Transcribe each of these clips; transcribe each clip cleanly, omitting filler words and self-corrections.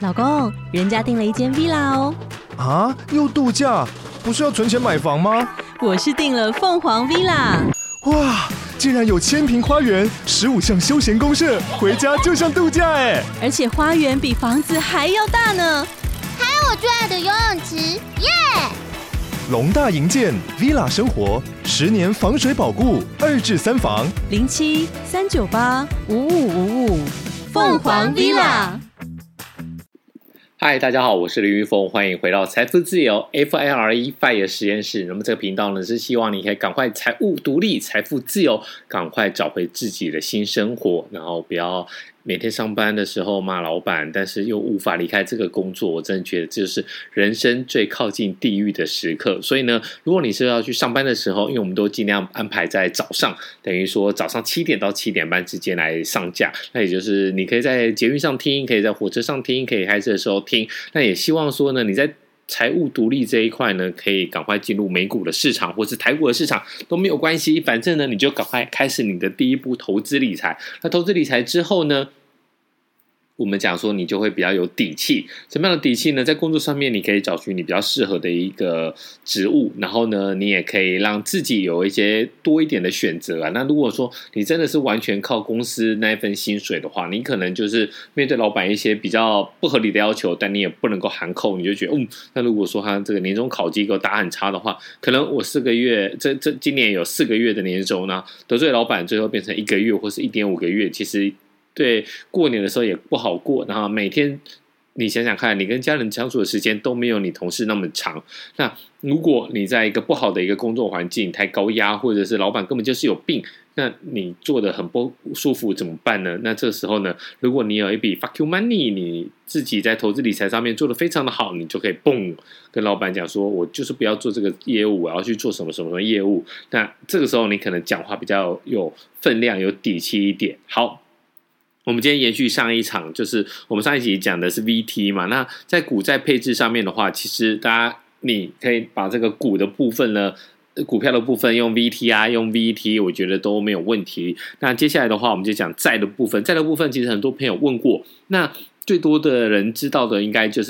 老公，人家订了一间 villa 哦。 啊，又度假？不是要存钱买房吗？ 我是订了凤凰 villa。 哇，竟然有1000坪花园，15项休闲公社，回家就像度假哎！ 而且花园比房子还要大呢。 还有我最爱的游泳池，耶！ 龙大营建 Villa 生活，10年防水保固，2至3房 07-398-5555，凤凰 villa。 嗨，大家好，我是林玉峰，欢迎回到财富自由 FIRE 实验室。那么这个频道呢，是希望你可以赶快财务独立、财富自由，赶快找回自己的新生活，然后不要每天上班的时候骂老板，但是又无法离开这个工作。我真的觉得这就是人生最靠近地狱的时刻。所以呢，如果你是要去上班的时候，因为我们都尽量安排在早上，等于说早上7点到7点半之间来上架。那也就是你可以在捷运上听，可以在火车上听，可以开车的时候听。那也希望说呢，你在财务独立这一块呢，可以赶快进入美股的市场或是台股的市场都没有关系，反正呢，你就赶快开始你的第一步投资理财。那投资理财之后呢，我们讲说你就会比较有底气。什么样的底气呢？在工作上面你可以找寻你比较适合的一个职务，然后呢你也可以让自己有一些多一点的选择啊。那如果说你真的是完全靠公司那一份薪水的话，你可能就是面对老板一些比较不合理的要求，但你也不能够含扣，你就觉得那如果说他这个年终考绩给我打很差的话，可能我4个月今年有4个月的年终呢，得罪老板最后变成1个月或是1.5个月，其实对过年的时候也不好过，然后每天你想想看，你跟家人相处的时间都没有你同事那么长。那如果你在一个不好的一个工作环境，太高压，或者是老板根本就是有病，那你做的很不舒服怎么办呢？那这时候呢，如果你有一笔 fuck you money， 你自己在投资理财上面做的非常的好，你就可以跟老板讲说，我就是不要做这个业务，我要去做什么什么业务。那这个时候你可能讲话比较有分量，有底气一点。好，我们今天延续上一场，就是我们上一集讲的是 VT 嘛。那在股债配置上面的话，其实你可以把这个股的部分呢，股票的部分用 VT 啊，用 VT， 我觉得都没有问题。那接下来的话，我们就讲债的部分。债的部分其实很多朋友问过，那最多的人知道的应该就是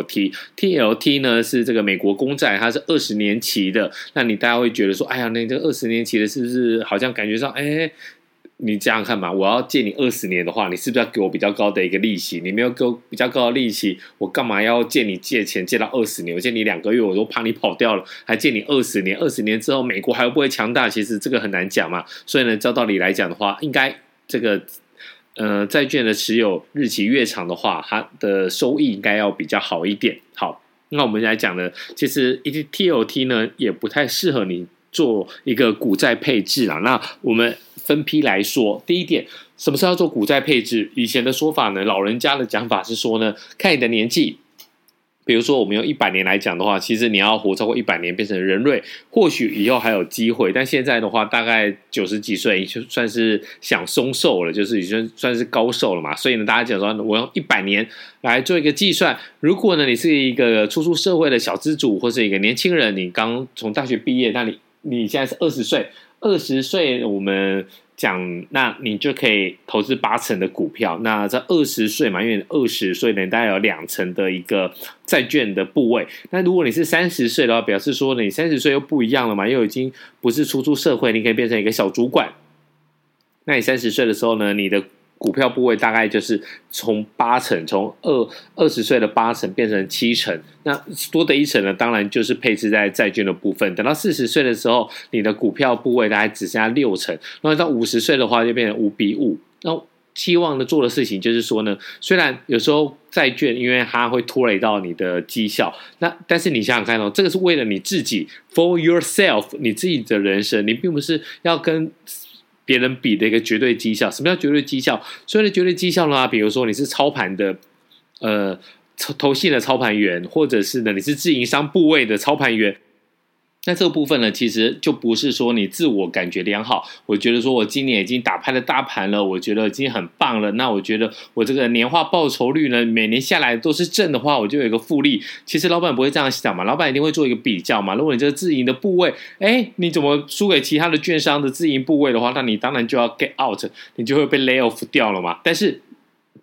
TLT。TLT 呢是这个美国公债，它是20年期的。那你大家会觉得说，哎呀，那这个20年期的是不是好像感觉上，你这样看嘛，我要借你20年的话，你是不是要给我比较高的一个利息？你没有给我比较高的利息，我干嘛要借钱借到20年？我借你2个月，我都怕你跑掉了，还借你20年。20年之后，美国还会不会强大？其实这个很难讲嘛。所以呢，照道理来讲的话，应该这个债券的持有日期越长的话，它的收益应该要比较好一点。好，那我们来讲呢，其实 TLT 呢也不太适合你做一个股债配置啦。那我们分批来说，第一点，什么是要做股债配置？以前的说法呢，老人家的讲法是说呢，看你的年纪，比如说我们用100年来讲的话，其实你要活超过100年变成人瑞，或许以后还有机会，但现在的话大概90几岁就算是享松寿了，就是已经算是高寿了嘛。所以呢，大家讲说我用100年来做一个计算，如果呢你是一个初出社会的小资主，或是一个年轻人，你刚从大学毕业，那你现在是20岁，20岁我们讲，那你就可以投资80%的股票。那在20岁嘛，因为20岁呢，大概有2成的一个债券的部位。那如果你是30岁的话，表示说你30岁又不一样了嘛，又已经不是初出社会，你可以变成一个小主管。那你30岁的时候呢，你的股票部位大概就是从8成，从20岁的8成变成7成，那多的1成呢，当然就是配置在债券的部分。等到40岁的时候，你的股票部位大概只剩下6成，然后到50岁的话就变成5:5。那希望呢做的事情就是说呢，虽然有时候债券因为它会拖累到你的绩效，但是你想想看哦，这个是为了你自己 ，for yourself， 你自己的人生，你并不是要跟别人比的一个绝对绩效。什么叫绝对绩效？所谓的绝对绩效呢，比如说你是操盘的投信的操盘员，或者是呢你是自营商部位的操盘员。那这个部分呢，其实就不是说你自我感觉良好，我觉得说我今年已经打败了大盘了，我觉得已经很棒了，那我觉得我这个年化报酬率呢，每年下来都是正的话，我就有一个复利。其实老板不会这样想嘛，老板一定会做一个比较嘛。如果你这个自营的部位，你怎么输给其他的券商的自营部位的话，那你当然就要 get out， 你就会被 lay off 掉了嘛。但是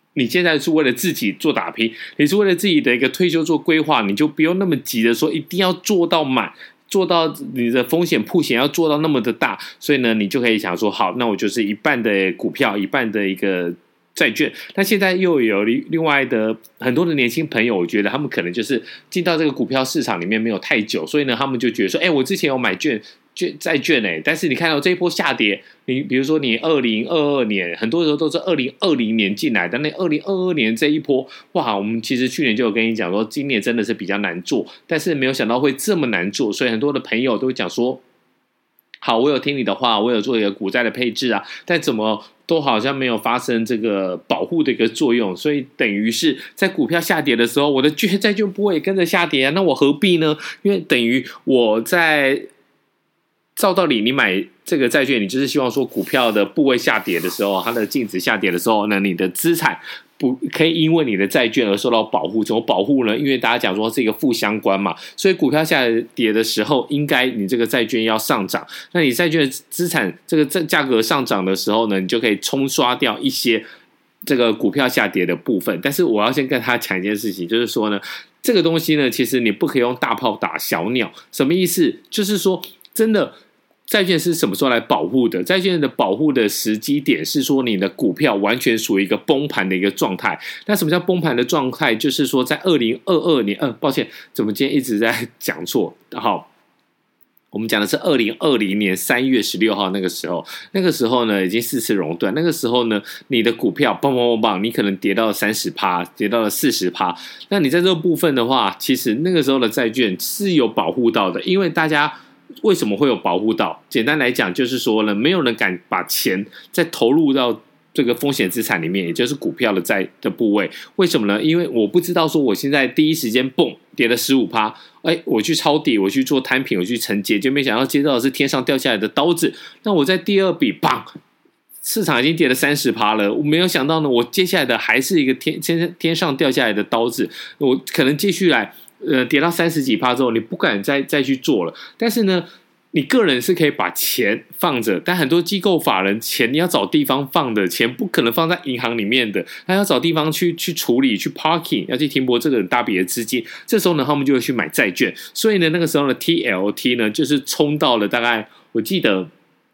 你现在是为了自己做打拼，你是为了自己的一个退休做规划，你就不用那么急的说一定要做到满，做到你的风险曝险要做到那么的大，所以呢，你就可以想说，好，那我就是一半的股票，一半的一个债券。那现在又有另外的很多的年轻朋友，我觉得他们可能就是进到这个股票市场里面没有太久，所以呢，他们就觉得说，我之前有买债券但是你看到这一波下跌，你比如说你2022年，很多时候都是2020年进来的，那2022年这一波，哇，我们其实去年就有跟你讲说，今年真的是比较难做，但是没有想到会这么难做，所以很多的朋友都讲说，好，我有听你的话，我有做一个股债的配置啊，但怎么都好像没有发生这个保护的一个作用，所以等于是在股票下跌的时候，我的债券不会也跟着下跌啊，那我何必呢？因为等于我在照道理，你买这个债券，你就是希望说股票的部位下跌的时候，它的净值下跌的时候呢，你的资产不可以因为你的债券而受到保护。怎么保护呢？因为大家讲说是一个负相关嘛，所以股票下跌的时候，应该你这个债券要上涨。那你债券的资产这个价格上涨的时候呢，你就可以冲刷掉一些这个股票下跌的部分。但是我要先跟他讲一件事情，就是说呢，这个东西呢，其实你不可以用大炮打小鸟。什么意思？就是说真的。债券是什么时候来保护的？债券的保护的时机点是说你的股票完全属于一个崩盘的一个状态。那什么叫崩盘的状态？就是说在2022年，抱歉，怎么今天一直在讲错？好，我们讲的是2020年3月16号那个时候呢已经4次熔断，那个时候呢你的股票棒棒棒棒，你可能跌到了 30%， 跌到了 40%， 那你在这个部分的话，其实那个时候的债券是有保护到的，因为大家为什么会有保护到？简单来讲，就是说呢，没有人敢把钱再投入到这个风险资产里面，也就是股票的部位。为什么呢？因为我不知道说我现在第一时间蹦跌了 15%， 我去抄底，我去做摊平，我去承接，就没想到接到的是天上掉下来的刀子。那我在第二笔棒，市场已经跌了 30% 了，我没有想到呢，我接下来的还是一个天上掉下来的刀子，我可能继续来。跌到30几%之后，你不敢再去做了。但是呢，你个人是可以把钱放着，但很多机构法人钱你要找地方放的，钱不可能放在银行里面的，他要找地方去处理，去 parking， 要去停泊这个很大笔的资金。这时候呢，他们就会去买债券。所以呢，那个时候的 TLT 呢，就是冲到了大概，我记得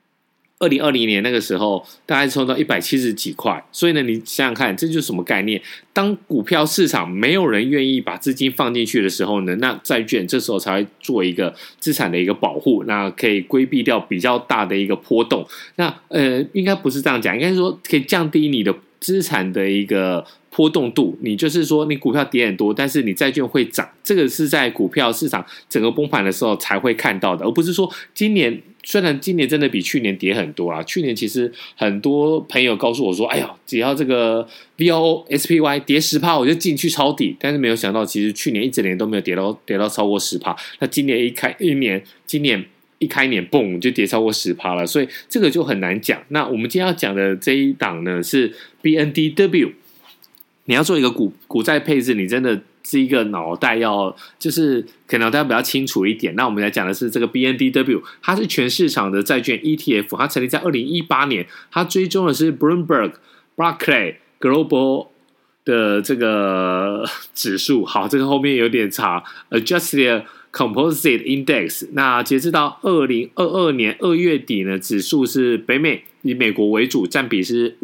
2020年那个时候大概冲到170几块，所以呢，你想想看，这就是什么概念？当股票市场没有人愿意把资金放进去的时候呢，那债券这时候才会做一个资产的一个保护，那可以规避掉比较大的一个波动。那应该不是这样讲，应该说可以降低你的资产的一个波动度。你就是说你股票跌很多，但是你债券会涨，这个是在股票市场整个崩盘的时候才会看到的，而不是说虽然今年真的比去年跌很多啦，去年其实很多朋友告诉我说，只要这个 VOO SPY 跌 10% 我就进去抄底，但是没有想到其实去年一整年都没有跌到超过 10%， 那今年一开年蹦就跌超过 10% 了，所以这个就很难讲。那我们今天要讲的这一档呢是 BNDW， 你要做一个股债配置，你真的是一个脑袋就是可能脑袋比较清楚一点。那我们来讲的是这个 BNDW， 它是全市场的债券 ETF， 它成立在2018年，它追踪的是 Bloomberg Barclays Global 的这个指数。好，这个后面有点长 Adjusted Composite Index。 那截至到2022年2月底呢，指数是北美以美国为主，占比是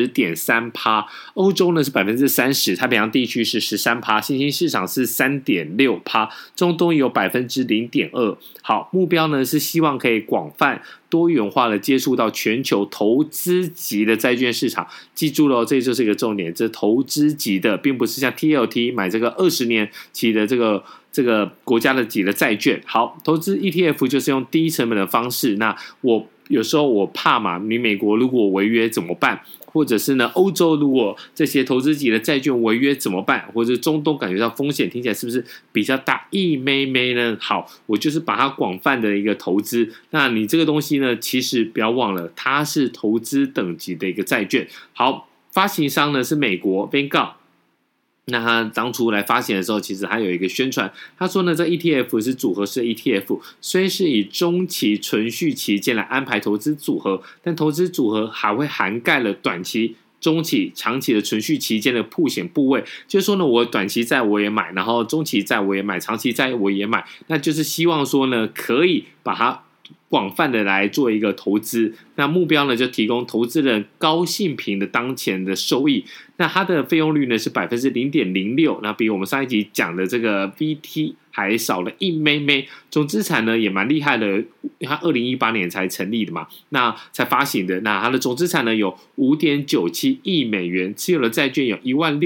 50.3%， 欧洲呢是 30%， 太平洋地区是 13%， 新兴市场是 3.6%， 中东有 0.2%。 好，目标呢是希望可以广泛多元化的接触到全球投资级的债券市场。记住了，这就是一个重点，这投资级的并不是像 TLT 买这个20年期的这个国家的级的债券。好，投资 ETF 就是用低成本的方式。那有时候我怕嘛，你美国如果违约怎么办？或者是呢，欧洲如果这些投资级的债券违约怎么办？或者中东感觉到风险听起来是不是比较大一枚枚呢？好，我就是把它广泛的一个投资。那你这个东西呢，其实不要忘了，它是投资等级的一个债券。好，发行商呢是美国 Vanguard。那他当初来发行的时候，其实还有一个宣传，他说呢，这 ETF 是组合式的 ETF， 虽是以中期存续期间来安排投资组合，但投资组合还会涵盖了短期、 中期、长期的存续期间的曝险部位，就是说呢，我短期债我也买，然后中期债我也买，长期债我也买，那就是希望说呢，可以把它广泛的来做一个投资，那目标呢就提供投资人高性平的当前的收益，那它的费用率呢是 0.06%， 那比我们上一集讲的这个 VT 还少了一枚枚，总资产呢也蛮厉害的，它2018年才成立的嘛，那才发行的，那它的总资产呢有 5.97 亿美元，持有的债券有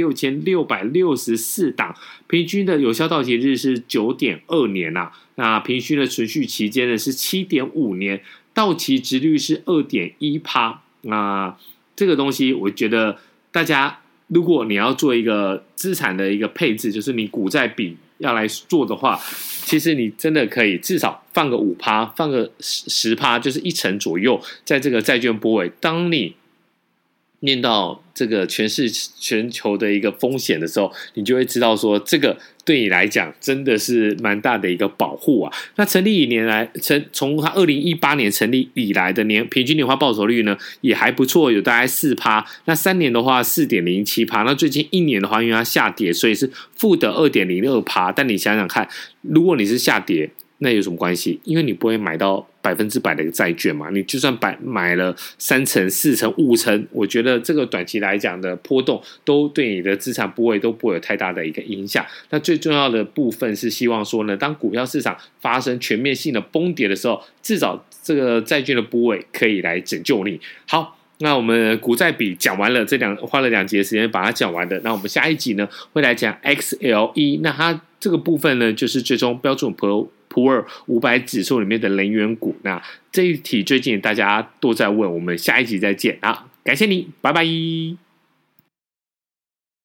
16,664 档，平均的有效到期日是 9.2 年啊，那平均的存续期间呢是 7.5 年，到期殖率是 2.1%。那这个东西我觉得大家如果你要做一个资产的一个配置，就是你股债比要来做的话，其实你真的可以至少放个 5%， 放个 10%， 就是1成左右在这个债券部位，当你面到这个全球的一个风险的时候，你就会知道说这个对你来讲真的是蛮大的一个保护啊。那成立以年来，从它2018年成立以来的平均年化报酬率呢也还不错，有大概 4%， 那3年的话 4.07%， 那最近1年的话因为它下跌，所以是负的 2.02%， 但你想想看，如果你是下跌那有什么关系？因为你不会买到100%的债券嘛，你就算买了3成、4成、5成，我觉得这个短期来讲的波动都对你的资产部位都不会有太大的一个影响。那最重要的部分是希望说呢，当股票市场发生全面性的崩跌的时候，至少这个债券的部位可以来拯救你。好，那我们股债比讲完了，花了2集的时间把它讲完的。那我们下一集呢会来讲 XLE， 那它这个部分呢就是追踪标准普尔500指数里面的能源股。那这一题最近大家都在问，我们下一集再见啊！感谢你，拜拜。